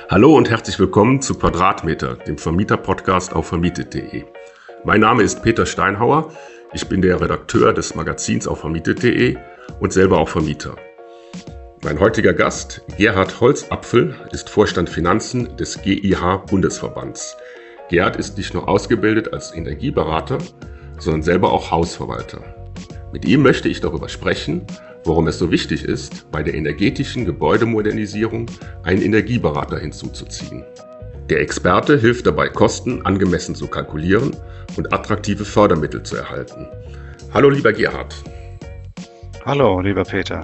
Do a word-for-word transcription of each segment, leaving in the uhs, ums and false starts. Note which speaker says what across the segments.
Speaker 1: Hallo und herzlich willkommen zu Quadratmeter, dem Vermieter-Podcast auf vermietet punkt de. Mein Name ist Peter Steinhauer, ich bin der Redakteur des Magazins auf vermietet punkt de und selber auch Vermieter. Mein heutiger Gast, Gerhard Holzapfel, ist Vorstand Finanzen des G I H-Bundesverbands. Gerhard ist nicht nur ausgebildet als Energieberater, sondern selber auch Hausverwalter. Mit ihm möchte ich darüber sprechen, warum es so wichtig ist, bei der energetischen Gebäudemodernisierung einen Energieberater hinzuzuziehen. Der Experte hilft dabei, Kosten angemessen zu kalkulieren und attraktive Fördermittel zu erhalten. Hallo lieber Gerhard.
Speaker 2: Hallo lieber Peter.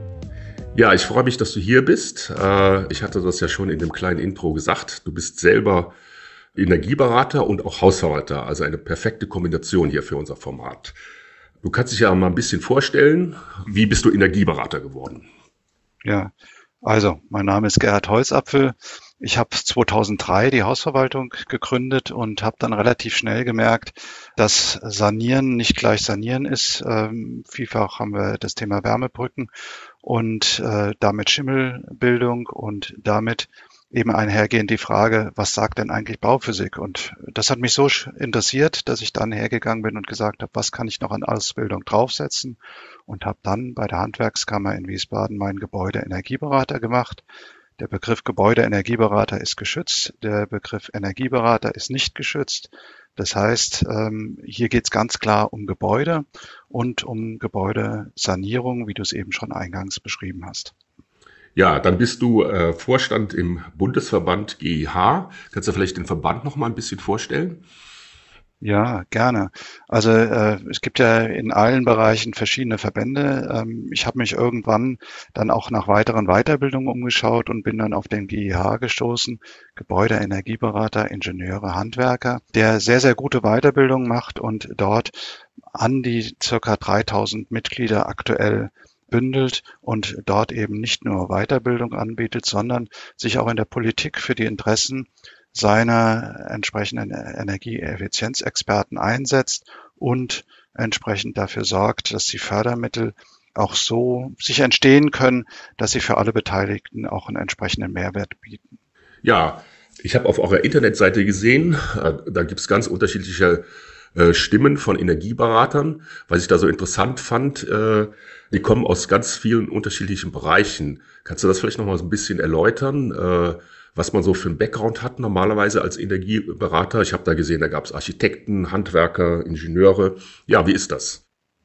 Speaker 1: Ja, ich freue mich, dass du hier bist. Ich hatte das ja schon in dem kleinen Intro gesagt. Du bist selber Energieberater und auch Hausverwalter, also eine perfekte Kombination hier für unser Format. Du kannst dich ja mal ein bisschen vorstellen, wie bist du Energieberater geworden?
Speaker 2: Ja, also mein Name ist Gerhard Holzapfel. Ich habe zweitausenddrei die Hausverwaltung gegründet und habe dann relativ schnell gemerkt, dass Sanieren nicht gleich Sanieren ist. Ähm, vielfach haben wir das Thema Wärmebrücken und äh, damit Schimmelbildung und damit eben einhergehend die Frage, was sagt denn eigentlich Bauphysik? Und das hat mich so interessiert, dass ich dann hergegangen bin und gesagt habe, was kann ich noch an Ausbildung draufsetzen? Und habe dann bei der Handwerkskammer in Wiesbaden meinen Gebäudeenergieberater gemacht. Der Begriff Gebäudeenergieberater ist geschützt, der Begriff Energieberater ist nicht geschützt. Das heißt, hier geht es ganz klar um Gebäude und um Gebäudesanierung, wie du es eben schon eingangs beschrieben hast.
Speaker 1: Ja, dann bist du äh, Vorstand im Bundesverband G I H. Kannst du vielleicht den Verband noch mal ein bisschen vorstellen?
Speaker 2: Ja, gerne. Also äh, es gibt ja in allen Bereichen verschiedene Verbände. Ähm, ich habe mich irgendwann dann auch nach weiteren Weiterbildungen umgeschaut und bin dann auf den G I H gestoßen, Gebäude, Energieberater, Ingenieure, Handwerker, der sehr, sehr gute Weiterbildung macht und dort an die circa dreitausend Mitglieder aktuell bündelt und dort eben nicht nur Weiterbildung anbietet, sondern sich auch in der Politik für die Interessen seiner entsprechenden Energieeffizienzexperten einsetzt und entsprechend dafür sorgt, dass die Fördermittel auch so sich entstehen können, dass sie für alle Beteiligten auch einen entsprechenden Mehrwert bieten.
Speaker 1: Ja, ich habe auf eurer Internetseite gesehen, da gibt es ganz unterschiedliche Stimmen von Energieberatern. Was ich da so interessant fand, die kommen aus ganz vielen unterschiedlichen Bereichen. Kannst du das vielleicht noch mal so ein bisschen erläutern, was man so für einen Background hat normalerweise als Energieberater? Ich habe da gesehen, da gab es Architekten, Handwerker, Ingenieure. Ja, wie ist das?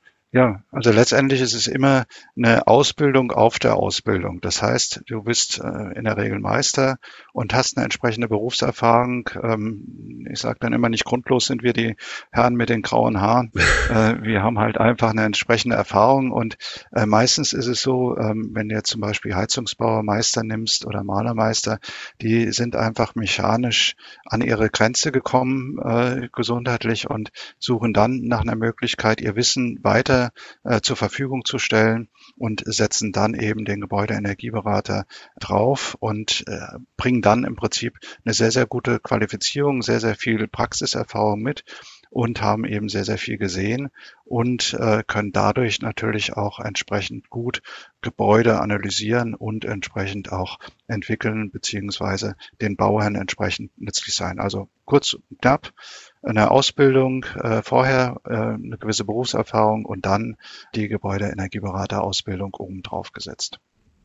Speaker 2: Ja, also letztendlich ist es immer eine Ausbildung auf der Ausbildung. Das heißt, du bist äh, in der Regel Meister und hast eine entsprechende Berufserfahrung. Ähm, ich sage dann immer, nicht grundlos sind wir die Herren mit den grauen Haaren. Äh, wir haben halt einfach eine entsprechende Erfahrung und äh, meistens ist es so, ähm, wenn du jetzt zum Beispiel Heizungsbauermeister nimmst oder Malermeister, die sind einfach mechanisch an ihre Grenze gekommen, äh, gesundheitlich und suchen dann nach einer Möglichkeit, ihr Wissen weiter äh, zur Verfügung zu stellen und setzen dann eben den Gebäudeenergieberater drauf und äh, bringen dann im Prinzip eine sehr, sehr gute Qualifizierung, sehr, sehr viel Praxiserfahrung mit und haben eben sehr, sehr viel gesehen und äh, können dadurch natürlich auch entsprechend gut Gebäude analysieren und entsprechend auch entwickeln beziehungsweise den Bauherren entsprechend nützlich sein. Also kurz und knapp, eine Ausbildung, äh, vorher äh, eine gewisse Berufserfahrung und dann die Gebäudeenergieberaterausbildung oben drauf gesetzt.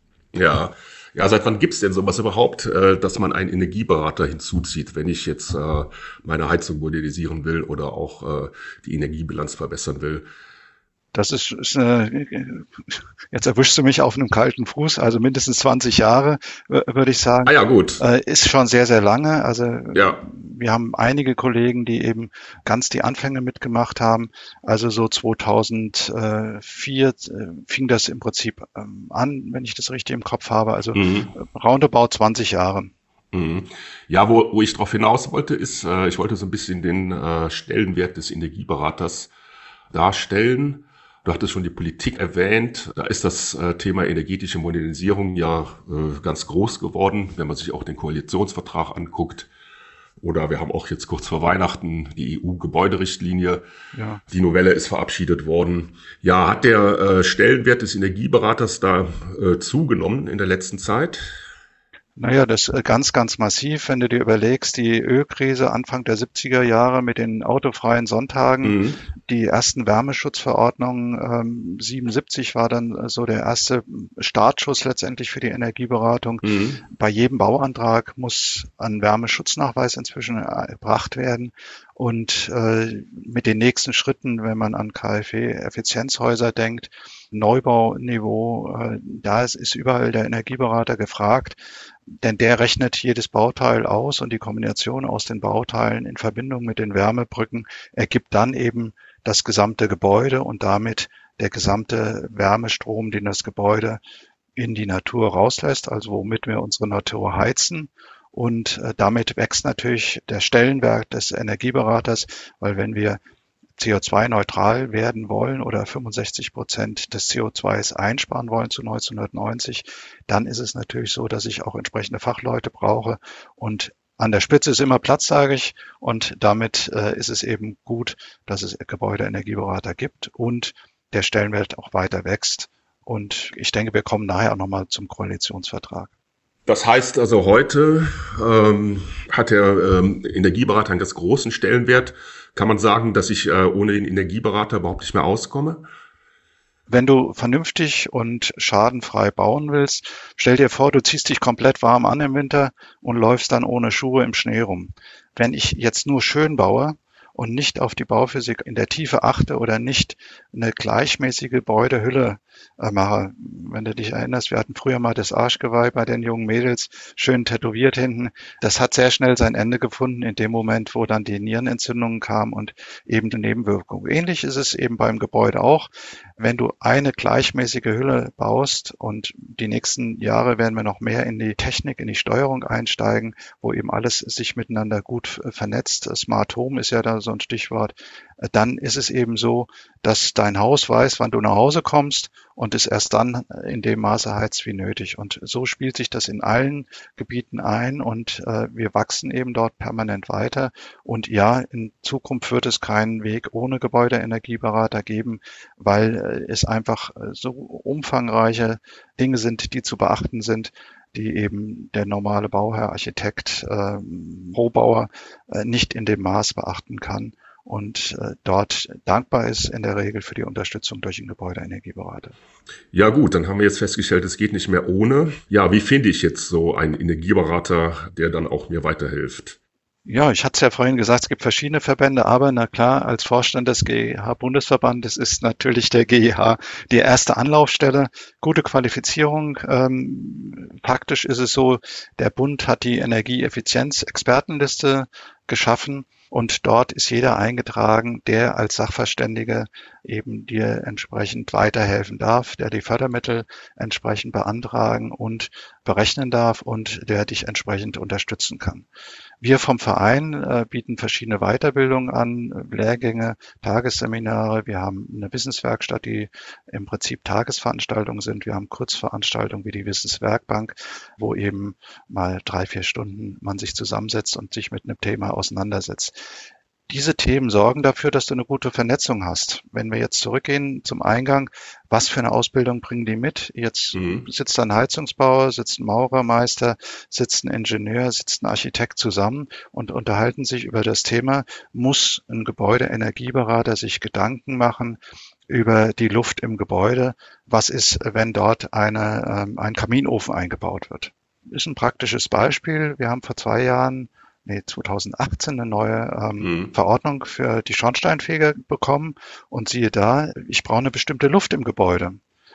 Speaker 1: Ja, ja, seit wann gibt's denn sowas überhaupt, äh, dass man einen Energieberater hinzuzieht, wenn ich jetzt äh, meine Heizung modernisieren will oder auch äh, die Energiebilanz verbessern will?
Speaker 2: Das ist, ist eine, jetzt erwischst du mich auf einem kalten Fuß, also mindestens zwanzig Jahre, würde ich sagen.
Speaker 1: Ah ja, gut.
Speaker 2: Äh, ist schon sehr, sehr lange. Also
Speaker 1: Ja.
Speaker 2: wir haben einige Kollegen, die eben ganz die Anfänge mitgemacht haben. Also so zweitausendvier äh, fing das im Prinzip ähm, an, wenn ich das richtig im Kopf habe. Also
Speaker 1: Mhm.
Speaker 2: roundabout zwanzig Jahre.
Speaker 1: Mhm. Ja, wo, wo ich drauf hinaus wollte, ist, äh, ich wollte so ein bisschen den äh, Stellenwert des Energieberaters darstellen. Du hattest schon die Politik erwähnt. Da ist das äh, Thema energetische Modernisierung ja äh, ganz groß geworden, wenn man sich auch den Koalitionsvertrag anguckt. Oder wir haben auch jetzt kurz vor Weihnachten die E U-Gebäuderichtlinie.
Speaker 2: Ja.
Speaker 1: Die Novelle ist verabschiedet worden. Ja, hat der äh, Stellenwert des Energieberaters da äh, zugenommen in der letzten Zeit?
Speaker 2: Naja, das äh, ganz, ganz massiv, wenn du dir überlegst, die Ölkrise Anfang der siebziger Jahre mit den autofreien Sonntagen,
Speaker 1: Mhm.
Speaker 2: die ersten Wärmeschutzverordnungen, ähm, siebenundsiebzig war dann äh, so der erste Startschuss letztendlich für die Energieberatung.
Speaker 1: Mhm.
Speaker 2: Bei jedem Bauantrag muss ein Wärmeschutznachweis inzwischen erbracht werden. Und äh, mit den nächsten Schritten, wenn man an KfW-Effizienzhäuser denkt, Neubauniveau, äh, da ist, ist überall der Energieberater gefragt, denn der rechnet jedes Bauteil aus und die Kombination aus den Bauteilen in Verbindung mit den Wärmebrücken ergibt dann eben das gesamte Gebäude und damit der gesamte Wärmestrom, den das Gebäude in die Natur rauslässt, also womit wir unsere Natur heizen. Und äh, damit wächst natürlich der Stellenwert des Energieberaters, weil wenn wir C O zwei neutral werden wollen oder fünfundsechzig Prozent des C O zwei einsparen wollen zu neunzehnhundertneunzig, dann ist es natürlich so, dass ich auch entsprechende Fachleute brauche. Und an der Spitze ist immer Platz, sage ich. Und damit äh, ist es eben gut, dass es Gebäudeenergieberater gibt und der Stellenwert auch weiter wächst. Und ich denke, wir kommen nachher auch nochmal zum Koalitionsvertrag.
Speaker 1: Das heißt also, heute ähm, hat der ähm, Energieberater einen ganz großen Stellenwert. Kann man sagen, dass ich äh, ohne den Energieberater überhaupt nicht mehr auskomme?
Speaker 2: Wenn du vernünftig und schadenfrei bauen willst, stell dir vor, du ziehst dich komplett warm an im Winter und läufst dann ohne Schuhe im Schnee rum. Wenn ich jetzt nur schön baue und nicht auf die Bauphysik in der Tiefe achte oder nicht eine gleichmäßige Gebäudehülle äh, mache. Wenn du dich erinnerst, wir hatten früher mal das Arschgeweih bei den jungen Mädels, schön tätowiert hinten. Das hat sehr schnell sein Ende gefunden in dem Moment, wo dann die Nierenentzündungen kamen und eben die Nebenwirkungen. Ähnlich ist es eben beim Gebäude auch. Wenn du eine gleichmäßige Hülle baust und die nächsten Jahre werden wir noch mehr in die Technik, in die Steuerung einsteigen, wo eben alles sich miteinander gut vernetzt. Smart Home ist ja da so ein Stichwort. Dann ist es eben so, dass dein Haus weiß, wann du nach Hause kommst und es erst dann in dem Maße heizt wie nötig. Und so spielt sich das in allen Gebieten ein und äh, wir wachsen eben dort permanent weiter. Und ja, in Zukunft wird es keinen Weg ohne Gebäudeenergieberater geben, weil äh, es einfach äh, so umfangreiche Dinge sind, die zu beachten sind, die eben der normale Bauherr, Architekt, äh, Rohbauer äh, nicht in dem Maß beachten kann und äh, dort dankbar ist in der Regel für die Unterstützung durch einen Gebäudeenergieberater.
Speaker 1: Ja gut, dann haben wir jetzt festgestellt, es geht nicht mehr ohne. Ja, wie finde ich jetzt so einen Energieberater, der dann auch mir weiterhilft?
Speaker 2: Ja, ich hatte es ja vorhin gesagt, es gibt verschiedene Verbände, aber na klar, als Vorstand des G E H-Bundesverbandes ist natürlich der G E H die erste Anlaufstelle. Gute Qualifizierung. Ähm, faktisch ist es so, der Bund hat die Energieeffizienz-Expertenliste geschaffen und dort ist jeder eingetragen, der als Sachverständige eben dir entsprechend weiterhelfen darf, der die Fördermittel entsprechend beantragen und berechnen darf und der dich entsprechend unterstützen kann. Wir vom Verein äh, bieten verschiedene Weiterbildungen an, Lehrgänge, Tagesseminare. Wir haben eine Wissenswerkstatt, die im Prinzip Tagesveranstaltungen sind. Wir haben Kurzveranstaltungen wie die Wissenswerkbank, wo eben mal drei, vier Stunden man sich zusammensetzt und sich mit einem Thema auseinandersetzt. Diese Themen sorgen dafür, dass du eine gute Vernetzung hast. Wenn wir jetzt zurückgehen zum Eingang, was für eine Ausbildung bringen die mit? Jetzt
Speaker 1: Mhm.
Speaker 2: sitzt da ein Heizungsbauer, sitzt ein Maurermeister, sitzt ein Ingenieur, sitzt ein Architekt zusammen und unterhalten sich über das Thema, muss ein Gebäudeenergieberater sich Gedanken machen über die Luft im Gebäude? Was ist, wenn dort eine, ähm, ein Kaminofen eingebaut wird? Ist ein praktisches Beispiel. Wir haben vor zwei Jahren nee, zweitausendachtzehn eine neue ähm,
Speaker 1: Mhm.
Speaker 2: Verordnung für die Schornsteinfeger bekommen und siehe da, ich brauche eine bestimmte Luft im Gebäude.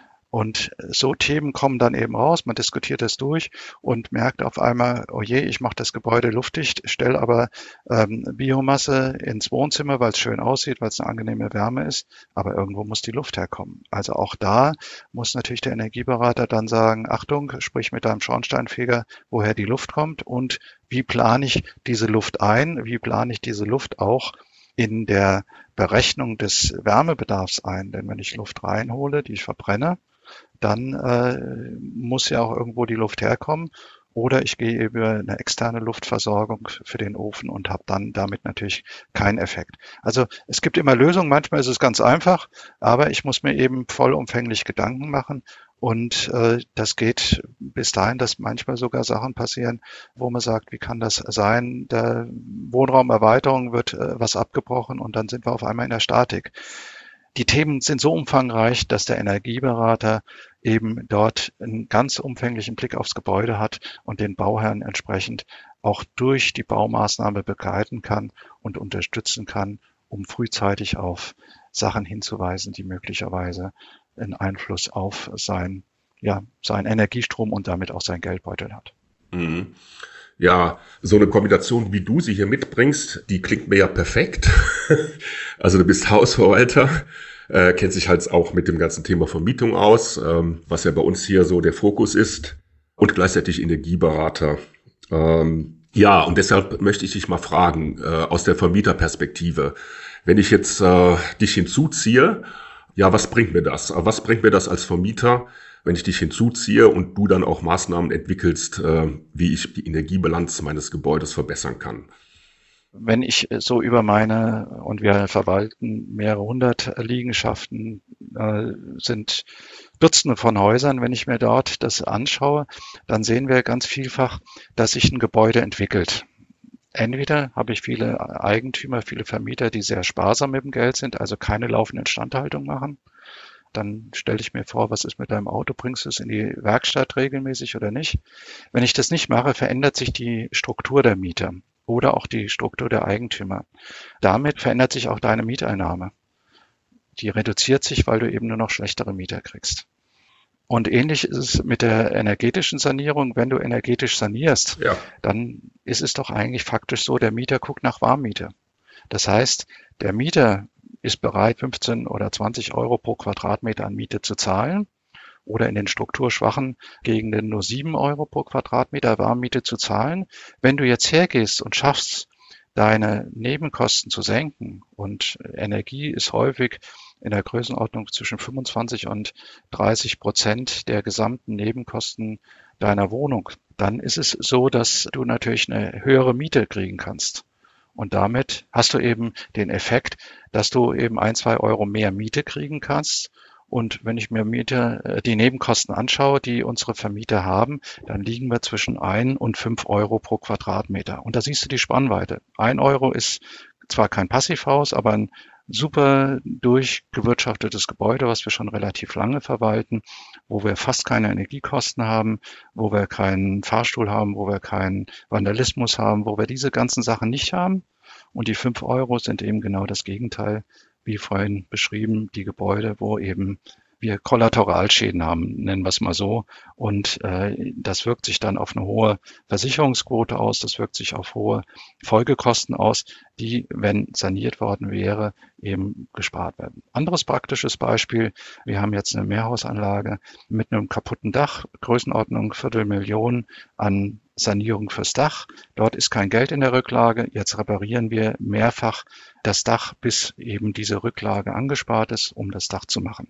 Speaker 2: Und so Themen kommen dann eben raus, man diskutiert das durch und merkt auf einmal, oh je, ich mache das Gebäude luftdicht, stelle aber ähm, Biomasse ins Wohnzimmer, weil es schön aussieht, weil es eine angenehme Wärme ist, aber irgendwo muss die Luft herkommen. Also auch da muss natürlich der Energieberater dann sagen, Achtung, sprich mit deinem Schornsteinfeger, woher die Luft kommt und wie plane ich diese Luft ein, wie plane ich diese Luft auch in der Berechnung des Wärmebedarfs ein. Denn wenn ich Luft reinhole, die ich verbrenne, dann äh, muss ja auch irgendwo die Luft herkommen. Oder ich gehe über eine externe Luftversorgung für den Ofen und habe dann damit natürlich keinen Effekt. Also es gibt immer Lösungen, manchmal ist es ganz einfach, aber ich muss mir eben vollumfänglich Gedanken machen Und äh, das geht bis dahin, dass manchmal sogar Sachen passieren, wo man sagt, wie kann das sein? Der Wohnraumerweiterung wird äh, was abgebrochen und dann sind wir auf einmal in der Statik. Die Themen sind so umfangreich, dass der Energieberater eben dort einen ganz umfänglichen Blick aufs Gebäude hat und den Bauherrn entsprechend auch durch die Baumaßnahme begleiten kann und unterstützen kann, um frühzeitig auf Sachen hinzuweisen, die möglicherweise einen Einfluss auf sein, ja, seinen Energiestrom und damit auch sein Geldbeutel hat.
Speaker 1: Mhm. Ja, so eine Kombination, wie du sie hier mitbringst, die klingt mir ja perfekt. Also du bist Hausverwalter, äh, kennt sich halt auch mit dem ganzen Thema Vermietung aus, ähm, was ja bei uns hier so der Fokus ist, und gleichzeitig Energieberater. Ähm, ja, und deshalb möchte ich dich mal fragen, äh, aus der Vermieterperspektive, wenn ich jetzt äh, dich hinzuziehe, ja, was bringt mir das? Was bringt mir das als Vermieter, wenn ich dich hinzuziehe und du dann auch Maßnahmen entwickelst, äh, wie ich die Energiebilanz meines Gebäudes verbessern kann?
Speaker 2: Wenn ich so über meine, und wir verwalten mehrere hundert Liegenschaften, äh, sind Dutzende von Häusern, wenn ich mir dort das anschaue, dann sehen wir ganz vielfach, dass sich ein Gebäude entwickelt. Entweder habe ich viele Eigentümer, viele Vermieter, die sehr sparsam mit dem Geld sind, also keine laufende Instandhaltung machen. Dann stelle ich mir vor, was ist mit deinem Auto? Bringst du es in die Werkstatt regelmäßig oder nicht? Wenn ich das nicht mache, verändert sich die Struktur der Mieter oder auch die Struktur der Eigentümer. Damit verändert sich auch deine Mieteinnahme. Die reduziert sich, weil du eben nur noch schlechtere Mieter kriegst. Und ähnlich ist es mit der energetischen Sanierung. Wenn du energetisch sanierst,
Speaker 1: Ja.
Speaker 2: dann ist es doch eigentlich faktisch so, der Mieter guckt nach Warmmiete. Das heißt, der Mieter ist bereit, fünfzehn oder zwanzig Euro pro Quadratmeter an Miete zu zahlen oder in den strukturschwachen Gegenden nur sieben Euro pro Quadratmeter Warmmiete zu zahlen. Wenn du jetzt hergehst und schaffst, deine Nebenkosten zu senken, und Energie ist häufig in der Größenordnung zwischen fünfundzwanzig und dreißig Prozent der gesamten Nebenkosten deiner Wohnung, dann ist es so, dass du natürlich eine höhere Miete kriegen kannst. Und damit hast du eben den Effekt, dass du eben ein, zwei Euro mehr Miete kriegen kannst. Und wenn ich mir Miete, die Nebenkosten anschaue, die unsere Vermieter haben, dann liegen wir zwischen ein und fünf Euro pro Quadratmeter. Und da siehst du die Spannweite. Ein Euro ist zwar kein Passivhaus, aber ein super durchgewirtschaftetes Gebäude, was wir schon relativ lange verwalten, wo wir fast keine Energiekosten haben, wo wir keinen Fahrstuhl haben, wo wir keinen Vandalismus haben, wo wir diese ganzen Sachen nicht haben. Und die fünf Euro sind eben genau das Gegenteil, wie vorhin beschrieben, die Gebäude, wo eben wir Kollateralschäden haben, nennen wir es mal so. Und äh, das wirkt sich dann auf eine hohe Versicherungsquote aus, das wirkt sich auf hohe Folgekosten aus, die, wenn saniert worden wäre, eben gespart werden. Anderes praktisches Beispiel, wir haben jetzt eine Mehrhausanlage mit einem kaputten Dach, Größenordnung Viertelmillion an Sanierung fürs Dach. Dort ist kein Geld in der Rücklage. Jetzt reparieren wir mehrfach das Dach, bis eben diese Rücklage angespart ist, um das Dach zu machen.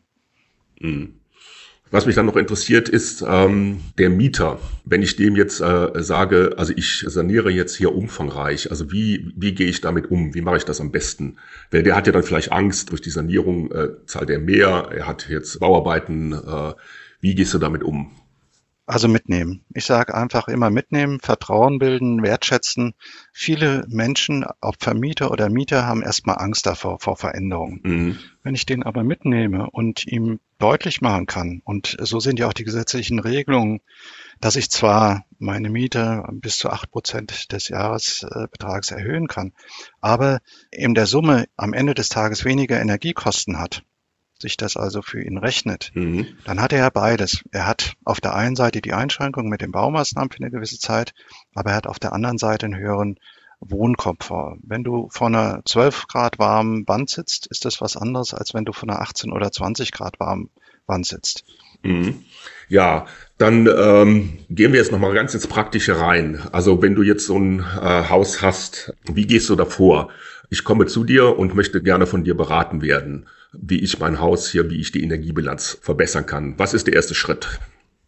Speaker 1: Was mich dann noch interessiert, ist ähm, der Mieter. Wenn ich dem jetzt äh, sage, also ich saniere jetzt hier umfangreich, also wie wie gehe ich damit um? Wie mache ich das am besten? Weil der hat ja dann vielleicht Angst, durch die Sanierung äh, zahlt er mehr, er hat jetzt Bauarbeiten. Äh, wie gehst du damit um?
Speaker 2: Also mitnehmen. Ich sage einfach immer mitnehmen, Vertrauen bilden, wertschätzen. Viele Menschen, ob Vermieter oder Mieter, haben erstmal Angst davor, vor Veränderungen.
Speaker 1: Mhm.
Speaker 2: Wenn ich den aber mitnehme und ihm deutlich machen kann, und so sind ja auch die gesetzlichen Regelungen, dass ich zwar meine Miete bis zu acht Prozent des Jahresbetrags erhöhen kann, aber in der Summe am Ende des Tages weniger Energiekosten hat, sich das also für ihn rechnet,
Speaker 1: Mhm.
Speaker 2: dann hat er ja beides. Er hat auf der einen Seite die Einschränkung mit den Baumaßnahmen für eine gewisse Zeit, aber er hat auf der anderen Seite einen höheren Wohnkomfort. Wenn du vor einer zwölf Grad warmen Wand sitzt, ist das was anderes, als wenn du vor einer achtzehn oder zwanzig Grad warmen Wand sitzt.
Speaker 1: Mhm. Ja, dann ähm, gehen wir jetzt nochmal ganz ins Praktische rein. Also wenn du jetzt so ein äh, Haus hast, wie gehst du davor? Ich komme zu dir und möchte gerne von dir beraten werden, wie ich mein Haus hier, wie ich die Energiebilanz verbessern kann. Was ist der erste Schritt?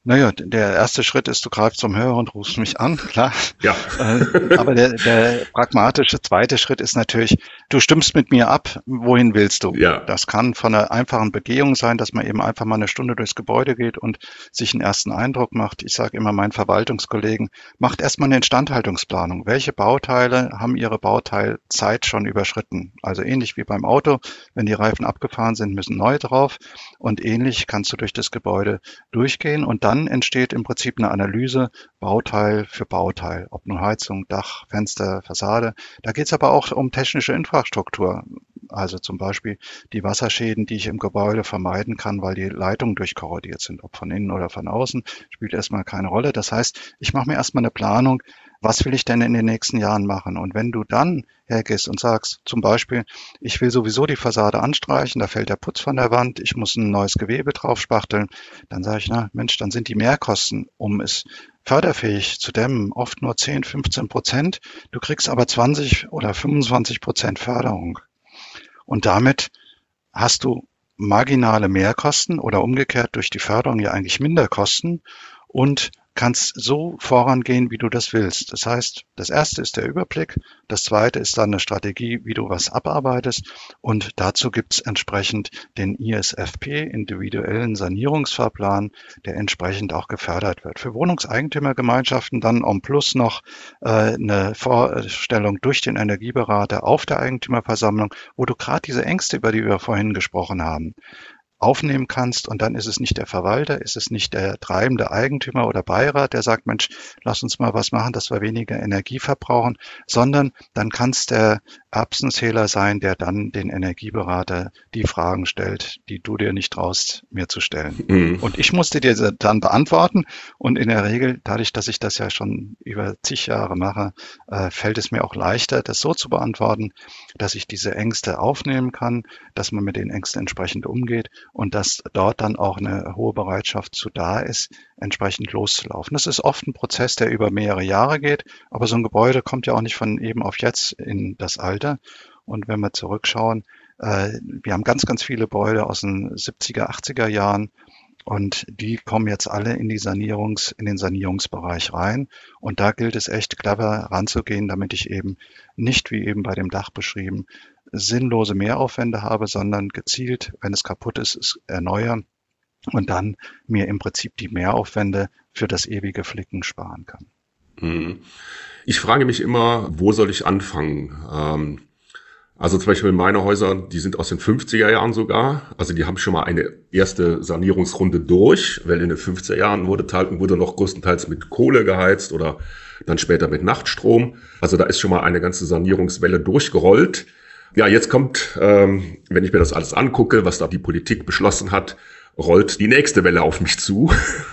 Speaker 2: Naja, der erste Schritt ist, du greifst zum Hörer und rufst mich an, klar.
Speaker 1: Ja.
Speaker 2: Äh, aber der, der pragmatische zweite Schritt ist natürlich, du stimmst mit mir ab, wohin willst du?
Speaker 1: Ja.
Speaker 2: Das kann von einer einfachen Begehung sein, dass man eben einfach mal eine Stunde durchs Gebäude geht und sich einen ersten Eindruck macht. Ich sage immer meinen Verwaltungskollegen, macht erstmal eine Instandhaltungsplanung. Welche Bauteile haben ihre Bauteilzeit schon überschritten? Also ähnlich wie beim Auto, wenn die Reifen abgefahren sind, müssen neu drauf. Und ähnlich kannst du durch das Gebäude durchgehen und dann entsteht im Prinzip eine Analyse Bauteil für Bauteil, ob nun Heizung, Dach, Fenster, Fassade. Da geht es aber auch um technische Infrastruktur, also zum Beispiel die Wasserschäden, die ich im Gebäude vermeiden kann, weil die Leitungen durchkorrodiert sind, ob von innen oder von außen, spielt erstmal keine Rolle. Das heißt, ich mache mir erstmal eine Planung, was will ich denn in den nächsten Jahren machen? Und wenn du dann hergehst und sagst, zum Beispiel, ich will sowieso die Fassade anstreichen, da fällt der Putz von der Wand, ich muss ein neues Gewebe drauf spachteln, dann sage ich, na Mensch, dann sind die Mehrkosten, um es förderfähig zu dämmen, oft nur zehn, fünfzehn Prozent. Du kriegst aber zwanzig oder fünfundzwanzig Prozent Förderung. Und damit hast du marginale Mehrkosten oder umgekehrt durch die Förderung ja eigentlich Minderkosten und kannst so vorangehen, wie du das willst. Das heißt, das erste ist der Überblick, das zweite ist dann eine Strategie, wie du was abarbeitest und dazu gibt es entsprechend den I S F P, individuellen Sanierungsfahrplan, der entsprechend auch gefördert wird. Für Wohnungseigentümergemeinschaften dann en plus noch äh, eine Vorstellung durch den Energieberater auf der Eigentümerversammlung, wo du gerade diese Ängste, über die wir vorhin gesprochen haben, aufnehmen kannst und dann ist es nicht der Verwalter, ist es nicht der treibende Eigentümer oder Beirat, der sagt, Mensch, lass uns mal was machen, dass wir weniger Energie verbrauchen, sondern dann kann es der Erbsenzähler sein, der dann den Energieberater die Fragen stellt, die du dir nicht traust, mir zu stellen. Mhm. Und ich musste dir dann beantworten und in der Regel, dadurch, dass ich das ja schon über zig Jahre mache, äh, fällt es mir auch leichter, das so zu beantworten, dass ich diese Ängste aufnehmen kann, dass man mit den Ängsten entsprechend umgeht und dass dort dann auch eine hohe Bereitschaft zu da ist, entsprechend loszulaufen. Das ist oft ein Prozess, der über mehrere Jahre geht, aber so ein Gebäude kommt ja auch nicht von eben auf jetzt in das Alter. Und wenn wir zurückschauen, äh, wir haben ganz, ganz viele Gebäude aus den siebziger, achtziger Jahren und die kommen jetzt alle in die Sanierungs, in den Sanierungsbereich rein. Und da gilt es echt clever ranzugehen, damit ich eben nicht, wie eben bei dem Dach beschrieben, sinnlose Mehraufwände habe, sondern gezielt, wenn es kaputt ist, es erneuern und dann mir im Prinzip die Mehraufwände für das ewige Flicken sparen kann.
Speaker 1: Ich frage mich immer, wo soll ich anfangen? Ähm, also zum Beispiel meine Häuser, die sind aus den fünfziger Jahren sogar. Also die haben schon mal eine erste Sanierungsrunde durch, weil in den fünfziger Jahren wurde, wurde noch größtenteils mit Kohle geheizt oder dann später mit Nachtstrom. Also da ist schon mal eine ganze Sanierungswelle durchgerollt. Ja, jetzt kommt, ähm, wenn ich mir das alles angucke, was da die Politik beschlossen hat, rollt die nächste Welle auf mich zu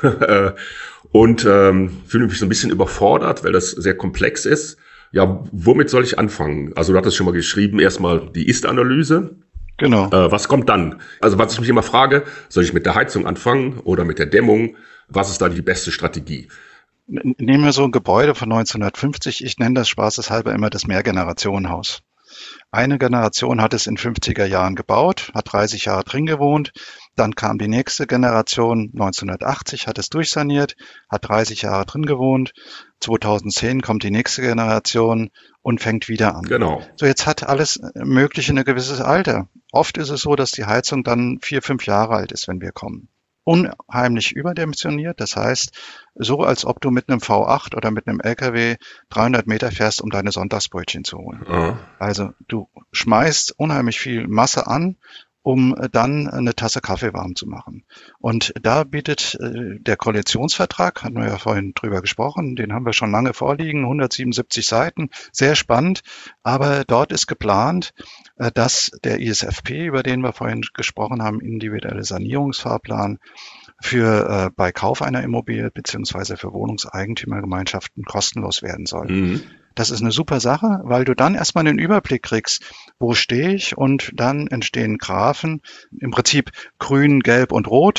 Speaker 1: und ähm, fühle mich so ein bisschen überfordert, weil das sehr komplex ist. Ja, womit soll ich anfangen? Also du hattest schon mal geschrieben, erstmal die Ist-Analyse.
Speaker 2: Genau.
Speaker 1: Äh, was kommt dann? Also was ich mich immer frage, soll ich mit der Heizung anfangen oder mit der Dämmung? Was ist da die beste Strategie?
Speaker 2: Nehmen wir so ein Gebäude von neunzehnhundertfünfzig, ich nenne das spaßeshalber immer das Mehrgenerationenhaus. Eine Generation hat es in fünfziger Jahren gebaut, hat dreißig Jahre drin gewohnt. Dann kam die nächste Generation, neunzehnhundertachtzig, hat es durchsaniert, hat dreißig Jahre drin gewohnt. zweitausendzehn kommt die nächste Generation und fängt wieder an.
Speaker 1: Genau.
Speaker 2: So, jetzt hat alles Mögliche ein gewisses Alter. Oft ist es so, dass die Heizung dann vier, fünf Jahre alt ist, wenn wir kommen. Unheimlich überdimensioniert, das heißt, so als ob du mit einem V acht oder mit einem L K W dreihundert Meter fährst, um deine Sonntagsbrötchen zu holen. Mhm. Also du schmeißt unheimlich viel Masse an, um dann eine Tasse Kaffee warm zu machen. Und da bietet äh, der Koalitionsvertrag, hatten wir ja vorhin drüber gesprochen, den haben wir schon lange vorliegen, hundertsiebenundsiebzig Seiten, sehr spannend, aber dort ist geplant, äh, dass der I S F P, über den wir vorhin gesprochen haben, individuelle Sanierungsfahrplan, für äh, bei Kauf einer Immobilie beziehungsweise für Wohnungseigentümergemeinschaften kostenlos werden soll. Mhm. Das ist eine super Sache, weil du dann erstmal den Überblick kriegst, wo stehe ich und dann entstehen Graphen, im Prinzip grün, gelb und rot.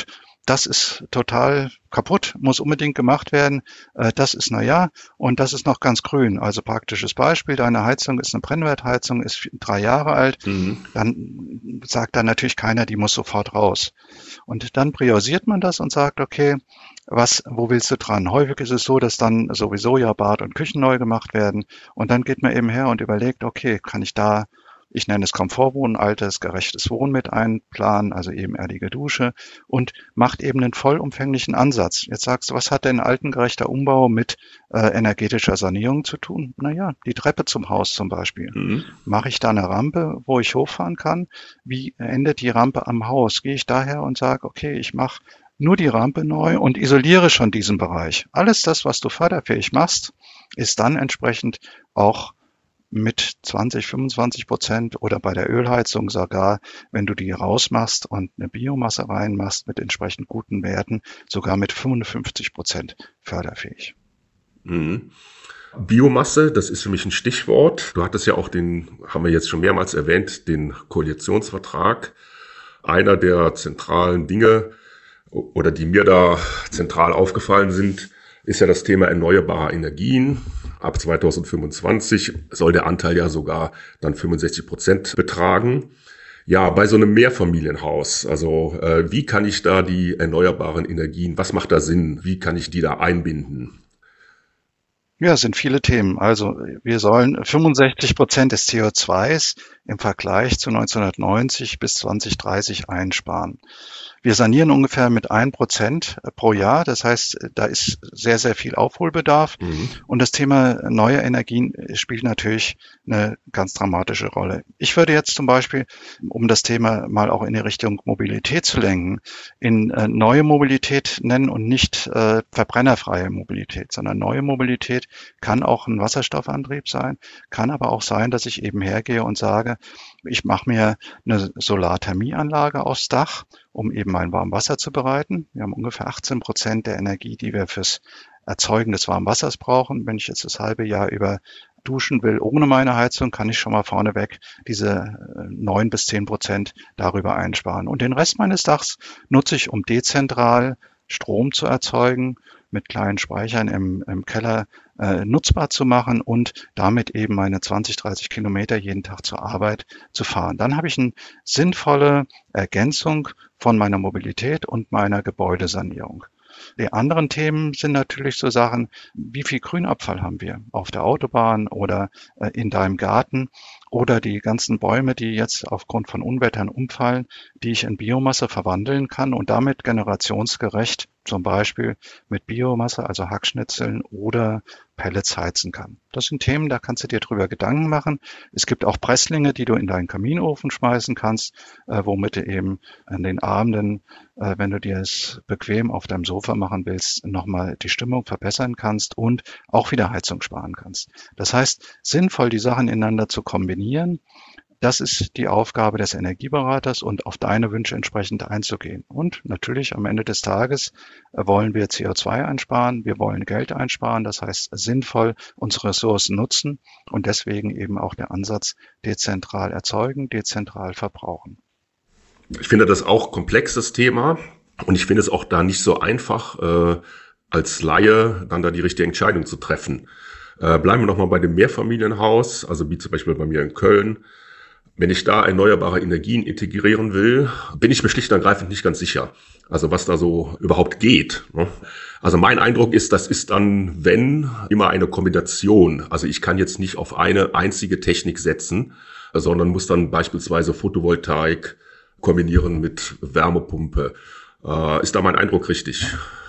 Speaker 2: das ist total kaputt, muss unbedingt gemacht werden, äh, das ist na ja, und das ist noch ganz grün. Also praktisches Beispiel, deine Heizung ist eine Brennwertheizung, ist drei Jahre alt,
Speaker 1: Mhm.
Speaker 2: dann sagt dann natürlich keiner, die muss sofort raus. Und dann priorisiert man das und sagt, okay, was, wo willst du dran? Häufig ist es so, dass dann sowieso ja Bad und Küchen neu gemacht werden und dann geht man eben her und überlegt, okay, kann ich da, ich nenne es Komfortwohnen, altes, gerechtes Wohnen mit einplanen, also ebenerdige Dusche und macht eben einen vollumfänglichen Ansatz. Jetzt sagst du, was hat denn altengerechter Umbau mit äh, energetischer Sanierung zu tun? Naja, die Treppe zum Haus zum Beispiel.
Speaker 1: Mhm.
Speaker 2: Mache ich da eine Rampe, wo ich hochfahren kann? Wie endet die Rampe am Haus? Gehe ich daher und sage, okay, ich mache nur die Rampe neu und isoliere schon diesen Bereich. Alles das, was du förderfähig machst, ist dann entsprechend auch mit zwanzig, fünfundzwanzig Prozent oder bei der Ölheizung sogar, wenn du die rausmachst und eine Biomasse reinmachst mit entsprechend guten Werten, sogar mit fünfundfünfzig Prozent förderfähig.
Speaker 1: Mhm. Biomasse, das ist für mich ein Stichwort. Du hattest ja auch den, haben wir jetzt schon mehrmals erwähnt, den Koalitionsvertrag. Einer der zentralen Dinge oder die mir da zentral aufgefallen sind, ist ja das Thema erneuerbare Energien. Ab zweitausendfünfundzwanzig soll der Anteil ja sogar dann fünfundsechzig Prozent betragen. Ja, bei so einem Mehrfamilienhaus, also äh, wie kann ich da die erneuerbaren Energien, was macht da Sinn? Wie kann ich die da einbinden?
Speaker 2: Ja, es sind viele Themen. Also wir sollen fünfundsechzig Prozent des C O zwei s im Vergleich zu neunzehnhundertneunzig bis zweitausenddreißig einsparen. Wir sanieren ungefähr mit ein Prozent pro Jahr. Das heißt, da ist sehr, sehr viel Aufholbedarf.
Speaker 1: Mhm.
Speaker 2: Und das Thema neue Energien spielt natürlich eine ganz dramatische Rolle. Ich würde jetzt zum Beispiel, um das Thema mal auch in die Richtung Mobilität zu lenken, in äh, neue Mobilität nennen und nicht äh, verbrennerfreie Mobilität, sondern neue Mobilität kann auch ein Wasserstoffantrieb sein, kann aber auch sein, dass ich eben hergehe und sage, ich mache mir eine Solarthermieanlage aufs Dach, um eben mein Warmwasser zu bereiten. Wir haben ungefähr achtzehn Prozent der Energie, die wir fürs Erzeugen des Warmwassers brauchen. Wenn ich jetzt das halbe Jahr über duschen will ohne meine Heizung, kann ich schon mal vorneweg diese neun bis zehn Prozent darüber einsparen. Und den Rest meines Dachs nutze ich, um dezentral Strom zu erzeugen, mit kleinen Speichern im, im Keller äh, nutzbar zu machen und damit eben meine zwanzig, dreißig Kilometer jeden Tag zur Arbeit zu fahren. Dann habe ich eine sinnvolle Ergänzung von meiner Mobilität und meiner Gebäudesanierung. Die anderen Themen sind natürlich so Sachen, wie viel Grünabfall haben wir auf der Autobahn oder äh, in deinem Garten oder die ganzen Bäume, die jetzt aufgrund von Unwettern umfallen, die ich in Biomasse verwandeln kann und damit generationsgerecht zum Beispiel mit Biomasse, also Hackschnitzeln oder Pellets heizen kann. Das sind Themen, da kannst du dir drüber Gedanken machen. Es gibt auch Presslinge, die du in deinen Kaminofen schmeißen kannst, äh, womit du eben an den Abenden, äh, wenn du dir es bequem auf deinem Sofa machen willst, nochmal die Stimmung verbessern kannst und auch wieder Heizung sparen kannst. Das heißt, sinnvoll die Sachen ineinander zu kombinieren, das ist die Aufgabe des Energieberaters und auf deine Wünsche entsprechend einzugehen. Und natürlich am Ende des Tages wollen wir C O zwei einsparen, wir wollen Geld einsparen, das heißt sinnvoll unsere Ressourcen nutzen und deswegen eben auch der Ansatz dezentral erzeugen, dezentral verbrauchen.
Speaker 1: Ich finde das auch komplexes Thema und ich finde es auch da nicht so einfach, äh, als Laie dann da die richtige Entscheidung zu treffen. Äh, bleiben wir nochmal bei dem Mehrfamilienhaus, also wie zum Beispiel bei mir in Köln. Wenn ich da erneuerbare Energien integrieren will, bin ich mir schlicht und ergreifend nicht ganz sicher. Also was da so überhaupt geht. Also mein Eindruck ist, das ist dann, wenn, immer eine Kombination. Also ich kann jetzt nicht auf eine einzige Technik setzen, sondern muss dann beispielsweise Photovoltaik kombinieren mit Wärmepumpe. Ist da mein Eindruck richtig?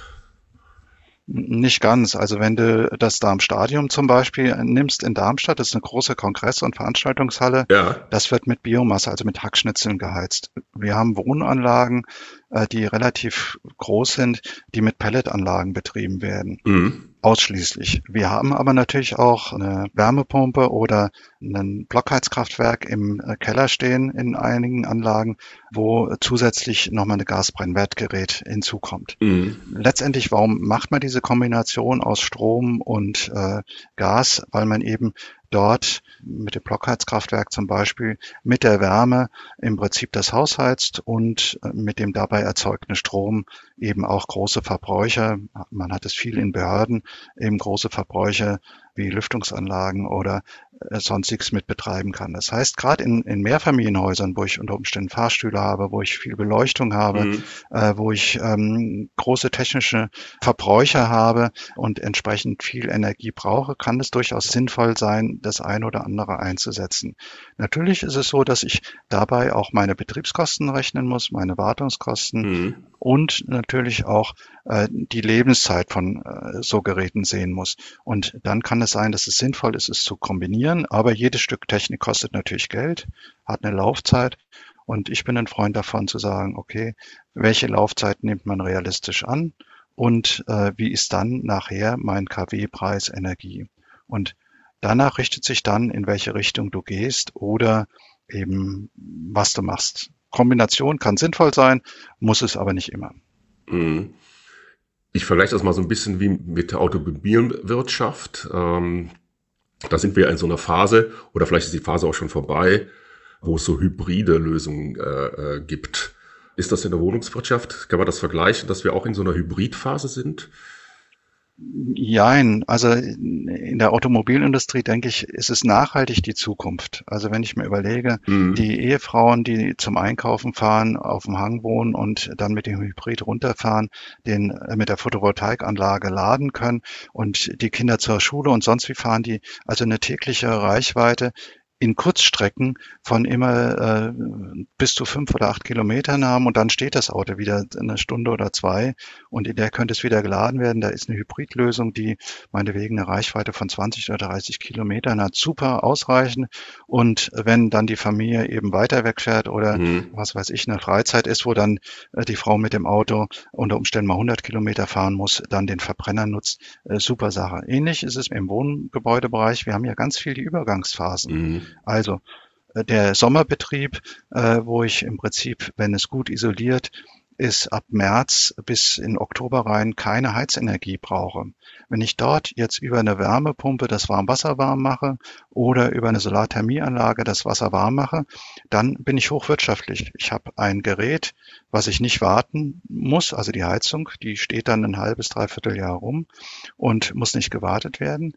Speaker 2: Nicht ganz. Also wenn du das Darmstadion zum Beispiel nimmst in Darmstadt, das ist eine große Kongress- und Veranstaltungshalle,
Speaker 1: Ja.
Speaker 2: das wird mit Biomasse, also mit Hackschnitzeln geheizt. Wir haben Wohnanlagen, äh, die relativ groß sind, die mit Pelletanlagen betrieben werden.
Speaker 1: Mhm.
Speaker 2: Ausschließlich. Wir haben aber natürlich auch eine Wärmepumpe oder ein Blockheizkraftwerk im Keller stehen in einigen Anlagen, wo zusätzlich nochmal ein Gasbrennwertgerät hinzukommt.
Speaker 1: Mhm.
Speaker 2: Letztendlich, warum macht man diese Kombination aus Strom und äh, Gas? Weil man eben dort mit dem Blockheizkraftwerk zum Beispiel mit der Wärme im Prinzip das Haus heizt und mit dem dabei erzeugten Strom eben auch große Verbräucher, man hat es viel in Behörden, eben große Verbräucher wie Lüftungsanlagen oder äh, sonstiges mit betreiben kann. Das heißt, gerade in, in Mehrfamilienhäusern, wo ich unter Umständen Fahrstühle habe, wo ich viel Beleuchtung habe,
Speaker 1: Mhm.
Speaker 2: äh, wo ich ähm, große technische Verbräucher habe und entsprechend viel Energie brauche, kann es durchaus sinnvoll sein, das ein oder andere einzusetzen. Natürlich ist es so, dass ich dabei auch meine Betriebskosten rechnen muss, meine Wartungskosten
Speaker 1: Mhm.
Speaker 2: und natürlich auch äh, die Lebenszeit von äh, so Geräten sehen muss. Und dann kann es sein, dass es sinnvoll ist, es zu kombinieren. Aber jedes Stück Technik kostet natürlich Geld, hat eine Laufzeit. Und ich bin ein Freund davon zu sagen, okay, welche Laufzeit nimmt man realistisch an und äh, wie ist dann nachher mein K W-Preis Energie? Und danach richtet sich dann, in welche Richtung du gehst oder eben was du machst. Kombination kann sinnvoll sein, muss es aber nicht immer.
Speaker 1: Mhm. Ich vergleiche das mal so ein bisschen wie mit der Automobilwirtschaft. Ähm, da sind wir in so einer Phase, oder vielleicht ist die Phase auch schon vorbei, wo es so hybride Lösungen äh, äh, gibt. Ist das in der Wohnungswirtschaft? Kann man das vergleichen, dass wir auch in so einer Hybridphase sind?
Speaker 2: Jein, also in der Automobilindustrie, denke ich, ist es nachhaltig die Zukunft. Also wenn ich mir überlege,
Speaker 1: Mhm.
Speaker 2: die Ehefrauen, die zum Einkaufen fahren, auf dem Hang wohnen und dann mit dem Hybrid runterfahren, den äh, mit der Photovoltaikanlage laden können und die Kinder zur Schule und sonst wie fahren die, also eine tägliche Reichweite in Kurzstrecken von immer äh, bis zu fünf oder acht Kilometern haben und dann steht das Auto wieder eine Stunde oder zwei und in der könnte es wieder geladen werden. Da ist eine Hybridlösung, die meinetwegen eine Reichweite von zwanzig oder dreißig Kilometern hat, super ausreichend. Und wenn dann die Familie eben weiter wegfährt oder
Speaker 1: Mhm.
Speaker 2: was weiß ich, eine Freizeit ist, wo dann äh, die Frau mit dem Auto unter Umständen mal hundert Kilometer fahren muss, dann den Verbrenner nutzt, äh, super Sache. Ähnlich ist es im Wohngebäudebereich. Wir haben ja ganz viel die Übergangsphasen.
Speaker 1: Mhm.
Speaker 2: Also äh, der Sommerbetrieb, äh, wo ich im Prinzip, wenn es gut isoliert ist, ab März bis in Oktober rein keine Heizenergie brauche. Wenn ich dort jetzt über eine Wärmepumpe das Warmwasser warm mache oder über eine Solarthermieanlage das Wasser warm mache, dann bin ich hochwirtschaftlich. Ich habe ein Gerät, was ich nicht warten muss, also die Heizung, die steht dann ein halbes, dreiviertel Jahr rum und muss nicht gewartet werden.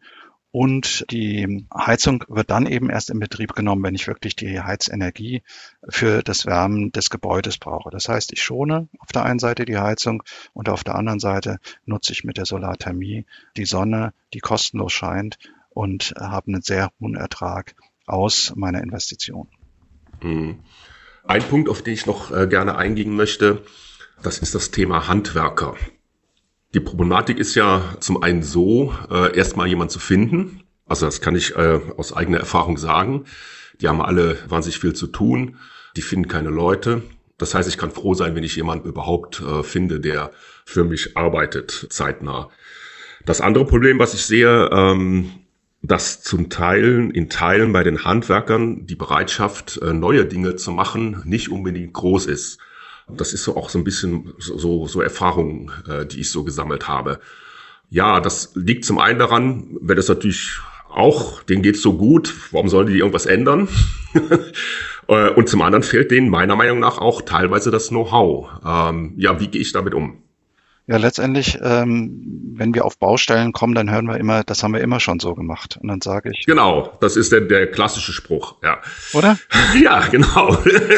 Speaker 2: Und die Heizung wird dann eben erst in Betrieb genommen, wenn ich wirklich die Heizenergie für das Wärmen des Gebäudes brauche. Das heißt, ich schone auf der einen Seite die Heizung und auf der anderen Seite nutze ich mit der Solarthermie die Sonne, die kostenlos scheint und habe einen sehr hohen Ertrag aus meiner Investition.
Speaker 1: Mhm. Ein Punkt, auf den ich noch äh, gerne eingehen möchte, das ist das Thema Handwerker. Die Problematik ist ja zum einen so, äh, erstmal jemanden zu finden. Also das kann ich äh, aus eigener Erfahrung sagen. Die haben alle wahnsinnig viel zu tun. Die finden keine Leute. Das heißt, ich kann froh sein, wenn ich jemanden überhaupt äh, finde, der für mich arbeitet, zeitnah. Das andere Problem, was ich sehe, ähm, dass zum Teil, in Teilen bei den Handwerkern die Bereitschaft, äh, neue Dinge zu machen, nicht unbedingt groß ist. Das ist so auch so ein bisschen so, so Erfahrungen, äh, die ich so gesammelt habe. Ja, das liegt zum einen daran, wenn das natürlich auch, denen geht's so gut, warum sollen die irgendwas ändern? Und zum anderen fehlt denen meiner Meinung nach auch teilweise das Know-how. Ähm, ja, wie gehe ich damit um?
Speaker 2: Ja, letztendlich, ähm, wenn wir auf Baustellen kommen, dann hören wir immer, das haben wir immer schon so gemacht. Und dann sage ich,
Speaker 1: Genau, das ist der, der klassische Spruch, ja.
Speaker 2: oder?
Speaker 1: Ja, genau.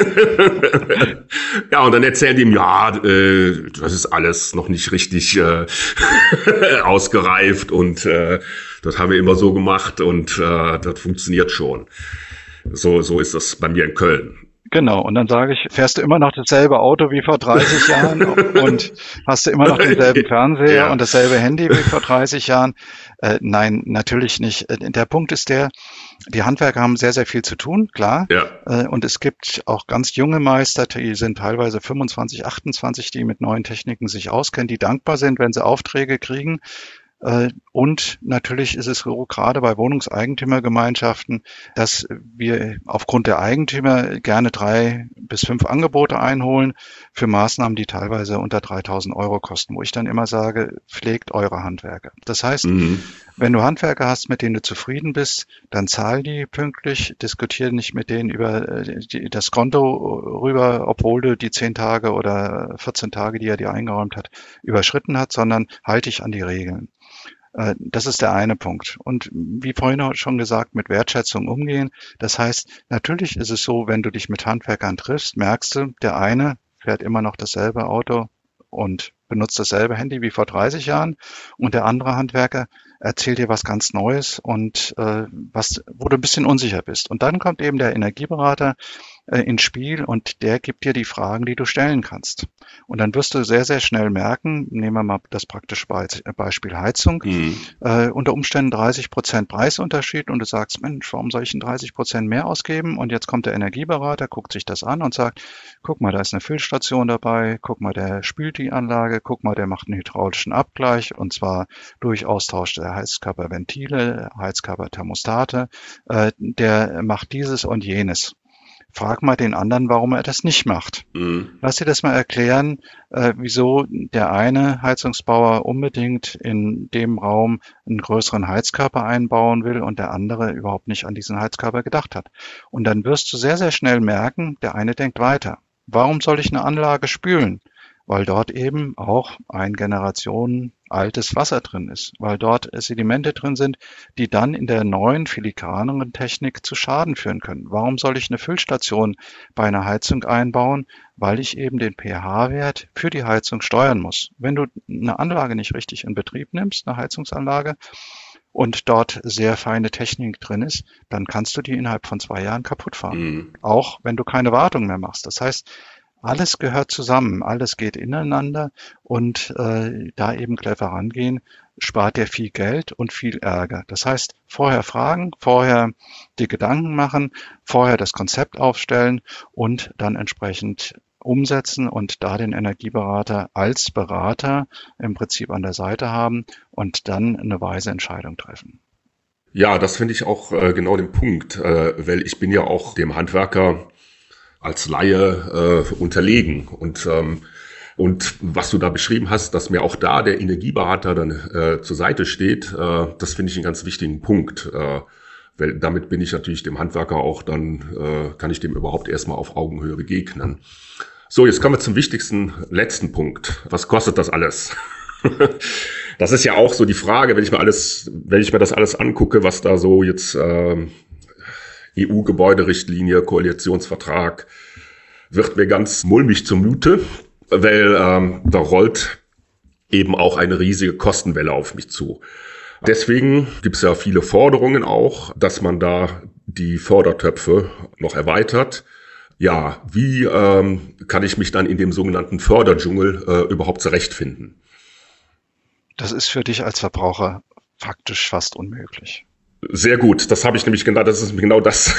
Speaker 1: Ja, und dann erzählen die ihm, ja, äh, das ist alles noch nicht richtig äh, ausgereift und äh, das haben wir immer so gemacht und äh, das funktioniert schon. So, so ist das bei mir in Köln.
Speaker 2: Genau, und dann sage ich, fährst du immer noch dasselbe Auto wie vor dreißig Jahren und hast du immer noch denselben Fernseher
Speaker 1: Ja.
Speaker 2: und dasselbe Handy wie vor dreißig Jahren? Äh, nein, natürlich nicht. Äh, Der Punkt ist der, die Handwerker haben sehr, sehr viel zu tun, klar.
Speaker 1: Ja.
Speaker 2: Äh, Und es gibt auch ganz junge Meister, die sind teilweise fünfundzwanzig, achtundzwanzig, die mit neuen Techniken sich auskennen, die dankbar sind, wenn sie Aufträge kriegen. Äh, Und natürlich ist es so, gerade bei Wohnungseigentümergemeinschaften, dass wir aufgrund der Eigentümer gerne drei bis fünf Angebote einholen für Maßnahmen, die teilweise unter dreitausend Euro kosten, wo ich dann immer sage, pflegt eure Handwerker. Das heißt,
Speaker 1: Mhm.
Speaker 2: wenn du Handwerker hast, mit denen du zufrieden bist, dann zahl die pünktlich, diskutiere nicht mit denen über äh, die, das Konto rüber, obwohl du die zehn Tage oder vierzehn Tage, die er dir eingeräumt hat, überschritten hat, sondern halte dich an die Regeln. Äh, Das ist der eine Punkt. Und wie vorhin schon gesagt, mit Wertschätzung umgehen. Das heißt, natürlich ist es so, wenn du dich mit Handwerkern triffst, merkst du, der eine fährt immer noch dasselbe Auto und benutzt dasselbe Handy wie vor dreißig Jahren und der andere Handwerker erzählt dir was ganz Neues und äh, was, wo du ein bisschen unsicher bist. Und dann kommt eben der Energieberater äh, ins Spiel und der gibt dir die Fragen, die du stellen kannst. Und dann wirst du sehr, sehr schnell merken, nehmen wir mal das praktische Beispiel Heizung,
Speaker 1: Mhm.
Speaker 2: äh, unter Umständen dreißig Prozent Preisunterschied und du sagst, Mensch, warum soll ich denn dreißig Prozent mehr ausgeben? Und jetzt kommt der Energieberater, guckt sich das an und sagt, guck mal, da ist eine Füllstation dabei, guck mal, der spült die Anlage, guck mal, der macht einen hydraulischen Abgleich und zwar durch Austausch der Heizkörperventile, Heizkörperthermostate, äh, der macht dieses und jenes. Frag mal den anderen, warum er das nicht macht.
Speaker 1: Mhm.
Speaker 2: Lass dir das mal erklären, äh, wieso der eine Heizungsbauer unbedingt in dem Raum einen größeren Heizkörper einbauen will und der andere überhaupt nicht an diesen Heizkörper gedacht hat. Und dann wirst du sehr, sehr schnell merken, der eine denkt weiter. Warum soll ich eine Anlage spülen? Weil dort eben auch ein Generation altes Wasser drin ist, weil dort Sedimente drin sind, die dann in der neuen filigraneren Technik zu Schaden führen können. Warum soll ich eine Füllstation bei einer Heizung einbauen? Weil ich eben den pH-Wert für die Heizung steuern muss. Wenn du eine Anlage nicht richtig in Betrieb nimmst, eine Heizungsanlage, und dort sehr feine Technik drin ist, dann kannst du die innerhalb von zwei Jahren kaputt fahren.
Speaker 1: Mhm.
Speaker 2: Auch wenn du keine Wartung mehr machst. Das heißt, alles gehört zusammen, alles geht ineinander und äh, da eben clever rangehen, spart dir viel Geld und viel Ärger. Das heißt, vorher fragen, vorher die Gedanken machen, vorher das Konzept aufstellen und dann entsprechend umsetzen und da den Energieberater als Berater im Prinzip an der Seite haben und dann eine weise Entscheidung treffen.
Speaker 1: Ja, das finde ich auch äh, genau den Punkt, äh, weil ich bin ja auch dem Handwerker als Laie äh, unterlegen. Und ähm, und was du da beschrieben hast, dass mir auch da der Energieberater dann äh, zur Seite steht, äh, das finde ich einen ganz wichtigen Punkt. Äh, weil damit bin ich natürlich dem Handwerker auch dann, äh, kann ich dem überhaupt erstmal auf Augenhöhe begegnen. So, jetzt kommen wir zum wichtigsten, letzten Punkt. Was kostet das alles? Das ist ja auch so die Frage, wenn ich mir alles, wenn ich mir das alles angucke, was da so jetzt äh, E U-Gebäuderichtlinie, Koalitionsvertrag, wird mir ganz mulmig zumute, weil ähm, da rollt eben auch eine riesige Kostenwelle auf mich zu. Deswegen gibt es ja viele Forderungen auch, dass man da die Fördertöpfe noch erweitert. Ja, wie ähm, kann ich mich dann in dem sogenannten Förderdschungel äh, überhaupt zurechtfinden?
Speaker 2: Das ist für dich als Verbraucher faktisch fast unmöglich.
Speaker 1: Sehr gut, das habe ich nämlich genau, das ist genau das,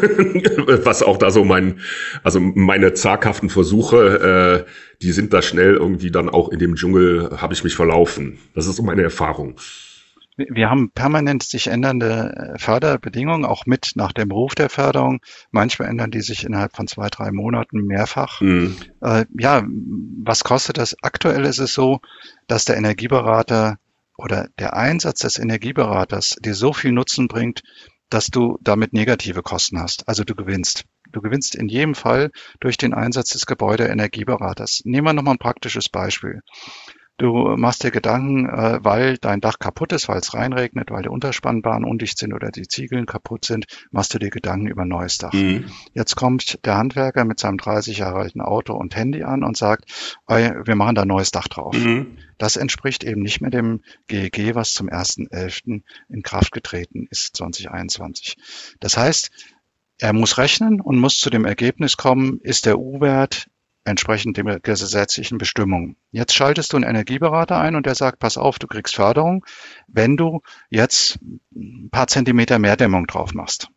Speaker 1: was auch da so mein, also meine zaghaften Versuche, äh, die sind da schnell irgendwie dann auch in dem Dschungel, habe ich mich verlaufen. Das ist so meine Erfahrung.
Speaker 2: Wir haben permanent sich ändernde Förderbedingungen, auch mit nach dem Beruf der Förderung. Manchmal ändern die sich innerhalb von zwei, drei Monaten mehrfach.
Speaker 1: Mhm.
Speaker 2: Äh, ja, was kostet das? Aktuell ist es so, dass der Energieberater oder der Einsatz des Energieberaters dir so viel Nutzen bringt, dass du damit negative Kosten hast. Also du gewinnst. Du gewinnst in jedem Fall durch den Einsatz des Gebäudeenergieberaters. Nehmen wir nochmal ein praktisches Beispiel. Du machst dir Gedanken, äh, weil dein Dach kaputt ist, weil es reinregnet, weil die Unterspannbahnen undicht sind oder die Ziegeln kaputt sind, machst du dir Gedanken über ein neues Dach.
Speaker 1: Mhm.
Speaker 2: Jetzt kommt der Handwerker mit seinem dreißig Jahre alten Auto und Handy an und sagt, ey, wir machen da ein neues Dach drauf.
Speaker 1: Mhm.
Speaker 2: Das entspricht eben nicht mehr dem G E G, was zum ersten elften in Kraft getreten ist, zwanzig einundzwanzig. Das heißt, er muss rechnen und muss zu dem Ergebnis kommen, ist der U-Wert entsprechend der gesetzlichen Bestimmungen. Jetzt schaltest du einen Energieberater ein und der sagt, pass auf, du kriegst Förderung, wenn du jetzt ein paar Zentimeter mehr Dämmung drauf machst.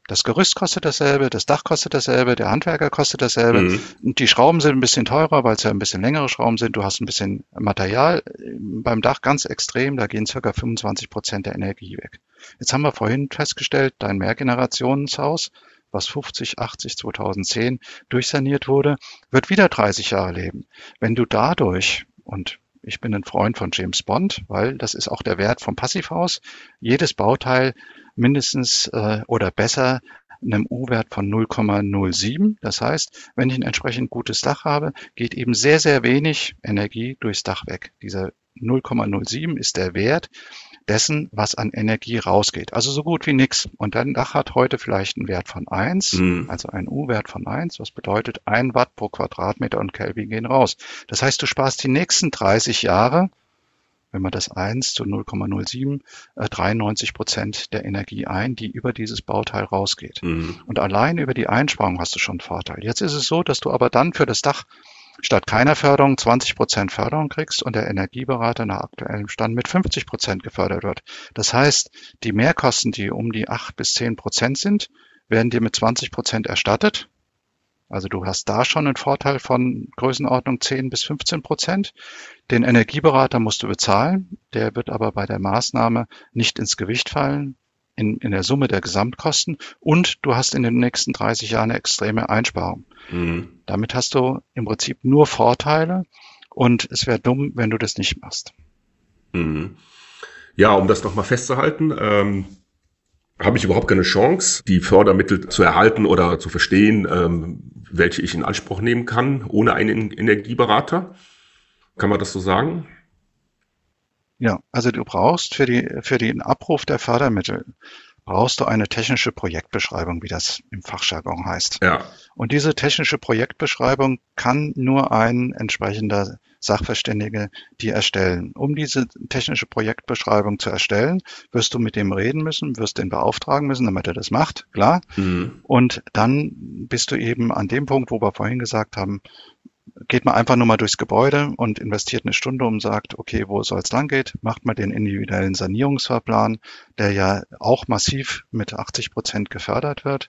Speaker 2: Das Gerüst kostet dasselbe, das Dach kostet dasselbe, der Handwerker kostet dasselbe.
Speaker 1: Mhm.
Speaker 2: Und die Schrauben sind ein bisschen teurer, weil es ja ein bisschen längere Schrauben sind. Du hast ein bisschen Material beim Dach ganz extrem, da gehen circa fünfundzwanzig Prozent der Energie weg. Jetzt haben wir vorhin festgestellt, dein Mehrgenerationshaus, was fünfzig, achtzig, zweitausendzehn durchsaniert wurde, wird wieder dreißig Jahre leben. Wenn du dadurch, und ich bin ein Freund von James Bond, weil das ist auch der Wert vom Passivhaus, jedes Bauteil mindestens äh, oder besser einem U-Wert von null Komma null sieben. Das heißt, wenn ich ein entsprechend gutes Dach habe, geht eben sehr, sehr wenig Energie durchs Dach weg. Dieser null Komma null sieben ist der Wert dessen, was an Energie rausgeht. Also so gut wie nichts. Und dein Dach hat heute vielleicht einen Wert von eins, mhm. also einen U-Wert von eins, was bedeutet ein Watt pro Quadratmeter und Kelvin gehen raus. Das heißt, du sparst die nächsten dreißig Jahre, wenn man das eins zu null Komma null sieben, äh, dreiundneunzig Prozent der Energie ein, die über dieses Bauteil rausgeht. Mhm. Und allein über die Einsparung hast du schon einen Vorteil. Jetzt ist es so, dass du aber dann für das Dach statt keiner Förderung zwanzig Prozent Förderung kriegst und der Energieberater nach aktuellem Stand mit fünfzig Prozent gefördert wird. Das heißt, die Mehrkosten, die um die acht bis zehn Prozent sind, werden dir mit zwanzig Prozent erstattet. Also du hast da schon einen Vorteil von Größenordnung zehn bis fünfzehn Prozent. Den Energieberater musst du bezahlen, der wird aber bei der Maßnahme nicht ins Gewicht fallen, in, in der Summe der Gesamtkosten, und du hast in den nächsten dreißig Jahren eine extreme Einsparung. Mhm. Damit hast du im Prinzip nur Vorteile und es wäre dumm, wenn du das nicht machst.
Speaker 1: Mhm. Ja, um das nochmal festzuhalten, ähm habe ich überhaupt keine Chance, die Fördermittel zu erhalten oder zu verstehen, ähm, welche ich in Anspruch nehmen kann, ohne einen Energieberater? Kann man das so sagen?
Speaker 2: Ja, also du brauchst für die, für den Abruf der Fördermittel brauchst du eine technische Projektbeschreibung, wie das im Fachjargon heißt.
Speaker 1: Ja.
Speaker 2: Und diese technische Projektbeschreibung kann nur ein entsprechender Sachverständige die erstellen. Um diese technische Projektbeschreibung zu erstellen, wirst du mit dem reden müssen, wirst den beauftragen müssen, damit er das macht, klar. Mhm. Und dann bist du eben an dem Punkt, wo wir vorhin gesagt haben, geht man einfach nur mal durchs Gebäude und investiert eine Stunde und sagt, okay, wo soll es lang geht, macht man den individuellen Sanierungsfahrplan, der ja auch massiv mit achtzig Prozent gefördert wird.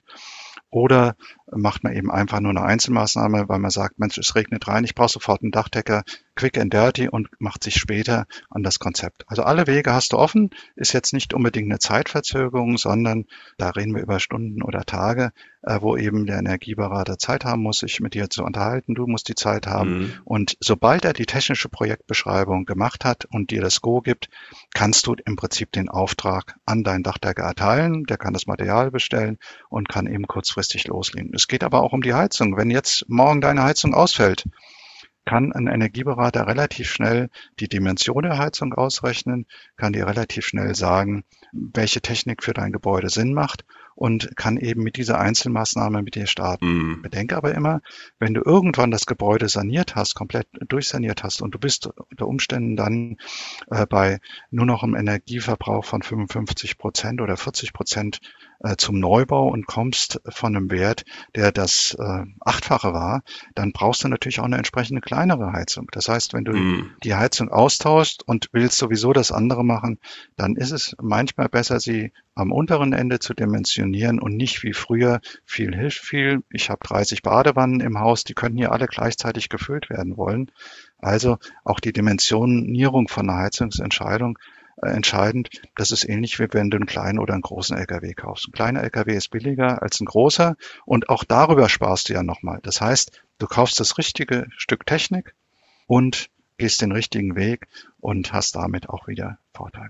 Speaker 2: Oder macht man eben einfach nur eine Einzelmaßnahme, weil man sagt, Mensch, es regnet rein, ich brauche sofort einen Dachdecker, quick and dirty, und macht sich später an das Konzept. Also alle Wege hast du offen, ist jetzt nicht unbedingt eine Zeitverzögerung, sondern da reden wir über Stunden oder Tage, äh, wo eben der Energieberater Zeit haben muss, sich mit dir zu unterhalten, du musst die Zeit haben. Mhm. Und sobald er die technische Projektbeschreibung gemacht hat und dir das Go gibt, kannst du im Prinzip den Auftrag an deinen Dachdecker erteilen, der kann das Material bestellen und kann eben kurzfristig loslegen. Es geht aber auch um die Heizung. Wenn jetzt morgen deine Heizung ausfällt, kann ein Energieberater relativ schnell die Dimension der Heizung ausrechnen, kann dir relativ schnell sagen, welche Technik für dein Gebäude Sinn macht, und kann eben mit dieser Einzelmaßnahme mit dir starten. Mhm. Bedenke aber immer, wenn du irgendwann das Gebäude saniert hast, komplett durchsaniert hast und du bist unter Umständen dann äh, bei nur noch einem Energieverbrauch von fünfundfünfzig Prozent oder vierzig Prozent äh, zum Neubau und kommst von einem Wert, der das äh, Achtfache war, dann brauchst du natürlich auch eine entsprechende kleinere Heizung. Das heißt, wenn du mhm. die Heizung austauschst und willst sowieso das andere machen, dann ist es manchmal besser, sie am unteren Ende zu dimensionieren und nicht wie früher, viel hilft viel. Ich habe dreißig Badewannen im Haus, die können hier alle gleichzeitig gefüllt werden wollen. Also auch die Dimensionierung von einer Heizungsentscheidung äh, entscheidend. Das ist ähnlich wie wenn du einen kleinen oder einen großen L K W kaufst. Ein kleiner L K W ist billiger als ein großer und auch darüber sparst du ja nochmal. Das heißt, du kaufst das richtige Stück Technik und gehst den richtigen Weg und hast damit auch wieder Vorteile.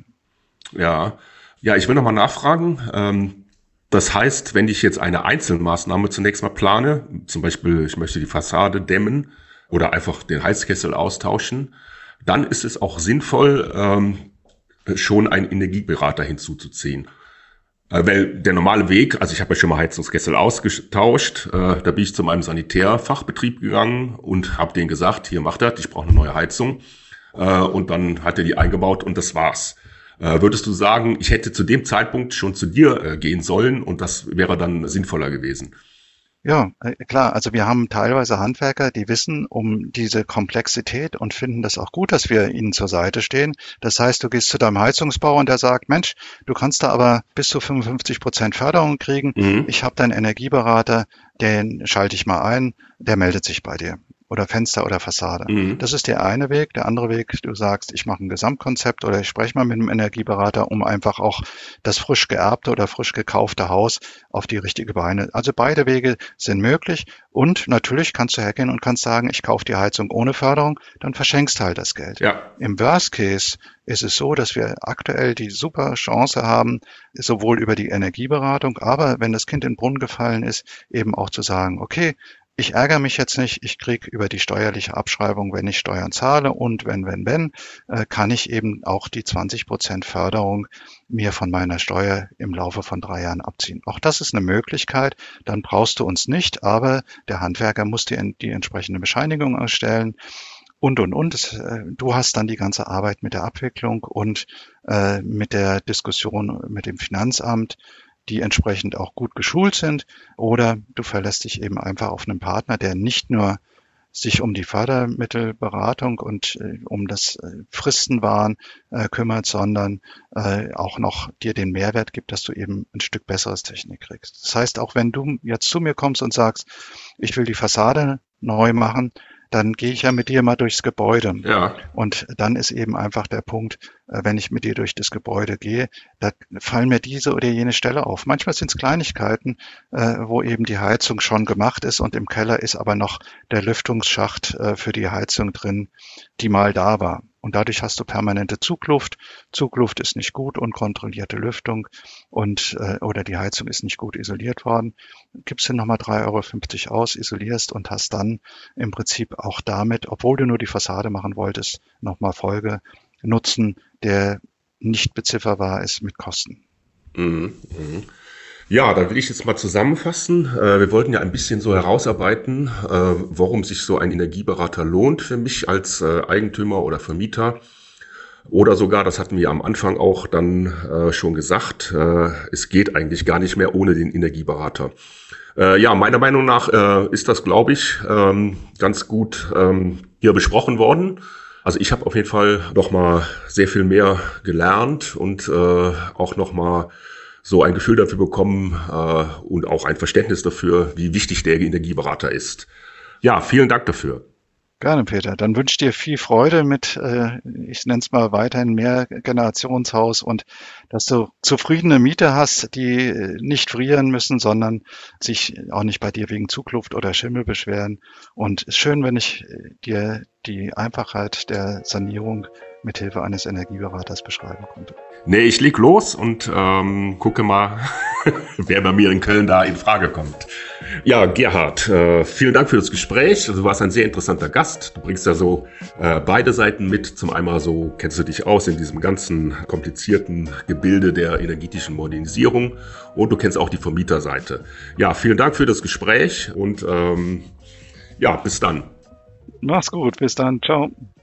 Speaker 1: Ja. Ja, ich will nochmal nachfragen. Ähm, das heißt, wenn ich jetzt eine Einzelmaßnahme zunächst mal plane, zum Beispiel ich möchte die Fassade dämmen oder einfach den Heizkessel austauschen, dann ist es auch sinnvoll, ähm, schon einen Energieberater hinzuzuziehen. Äh, weil der normale Weg, also ich habe ja schon mal Heizungskessel ausgetauscht, äh, da bin ich zu meinem Sanitärfachbetrieb gegangen und habe denen gesagt, hier macht das, ich brauche eine neue Heizung. Äh, und dann hat er die eingebaut und das war's. Äh, würdest du sagen, ich hätte zu dem Zeitpunkt schon zu dir äh, gehen sollen und das wäre dann sinnvoller gewesen?
Speaker 2: Ja, äh, klar. Also wir haben teilweise Handwerker, die wissen um diese Komplexität und finden das auch gut, dass wir ihnen zur Seite stehen. Das heißt, du gehst zu deinem Heizungsbauer und der sagt, Mensch, du kannst da aber bis zu fünfundfünfzig Prozent Förderung kriegen.
Speaker 1: Mhm.
Speaker 2: Ich habe deinen Energieberater, den schalte ich mal ein, der meldet sich bei dir. Oder Fenster oder Fassade.
Speaker 1: Mhm.
Speaker 2: Das ist der eine Weg. Der andere Weg, du sagst, ich mache ein Gesamtkonzept oder ich spreche mal mit einem Energieberater, um einfach auch das frisch geerbte oder frisch gekaufte Haus auf die richtige Beine. Also beide Wege sind möglich und natürlich kannst du hergehen und kannst sagen, ich kaufe die Heizung ohne Förderung, dann verschenkst halt das Geld.
Speaker 1: Ja.
Speaker 2: Im Worst Case ist es so, dass wir aktuell die super Chance haben, sowohl über die Energieberatung, aber wenn das Kind in den Brunnen gefallen ist, eben auch zu sagen, okay, ich ärgere mich jetzt nicht, ich kriege über die steuerliche Abschreibung, wenn ich Steuern zahle und wenn, wenn, wenn, äh, kann ich eben auch die zwanzig Prozent Förderung mir von meiner Steuer im Laufe von drei Jahren abziehen. Auch das ist eine Möglichkeit, dann brauchst du uns nicht, aber der Handwerker muss dir die entsprechende Bescheinigung erstellen. Und, und, und. Das, äh, du hast dann die ganze Arbeit mit der Abwicklung und äh, mit der Diskussion mit dem Finanzamt, die entsprechend auch gut geschult sind. Oder du verlässt dich eben einfach auf einen Partner, der nicht nur sich um die Fördermittelberatung und äh, um das äh, Fristenwahren äh, kümmert, sondern äh, auch noch dir den Mehrwert gibt, dass du eben ein Stück besseres Technik kriegst. Das heißt, auch wenn du jetzt zu mir kommst und sagst, ich will die Fassade neu machen, dann gehe ich ja mit dir mal durchs Gebäude.
Speaker 1: Ja.
Speaker 2: Und dann ist eben einfach der Punkt, äh, wenn ich mit dir durch das Gebäude gehe, da fallen mir diese oder jene Stelle auf. Manchmal sind es Kleinigkeiten, äh, wo eben die Heizung schon gemacht ist und im Keller ist aber noch der Lüftungsschacht äh, für die Heizung drin, die mal da war. Und dadurch hast du permanente Zugluft. Zugluft ist nicht gut, unkontrollierte Lüftung und äh, oder die Heizung ist nicht gut isoliert worden. Gibst du nochmal drei Euro fünfzig aus, isolierst und hast dann im Prinzip auch damit, obwohl du nur die Fassade machen wolltest, nochmal Folgenutzen, der nicht bezifferbar ist mit Kosten.
Speaker 1: Mhm. Mhm. Ja, da will ich jetzt mal zusammenfassen. Äh, wir wollten ja ein bisschen so herausarbeiten, äh, warum sich so ein Energieberater lohnt für mich als äh, Eigentümer oder Vermieter. Oder sogar, das hatten wir am Anfang auch dann äh, schon gesagt, äh, es geht eigentlich gar nicht mehr ohne den Energieberater. Äh, ja, meiner Meinung nach äh, ist das, glaube ich, ähm, ganz gut ähm, hier besprochen worden. Also ich habe auf jeden Fall noch mal sehr viel mehr gelernt und äh, auch noch mal so ein Gefühl dafür bekommen äh, und auch ein Verständnis dafür, wie wichtig der Energieberater ist. Ja, vielen Dank dafür.
Speaker 2: Gerne, Peter. Dann wünsche ich dir viel Freude mit, äh, ich nenne es mal weiterhin Mehrgenerationshaus und dass du zufriedene Mieter hast, die nicht frieren müssen, sondern sich auch nicht bei dir wegen Zugluft oder Schimmel beschweren. Und es ist schön, wenn ich dir die Einfachheit der Sanierung mithilfe eines Energieberaters beschreiben konnte.
Speaker 1: Nee, ich leg los und ähm, gucke mal, wer bei mir in Köln da in Frage kommt. Ja, Gerhard, äh, vielen Dank für das Gespräch. Also, du warst ein sehr interessanter Gast. Du bringst ja so äh, beide Seiten mit. Zum einen so kennst du dich aus in diesem ganzen komplizierten Gebilde der energetischen Modernisierung und du kennst auch die Vermieterseite. Ja, vielen Dank für das Gespräch und ähm, ja, bis dann.
Speaker 2: Mach's gut, bis dann, ciao.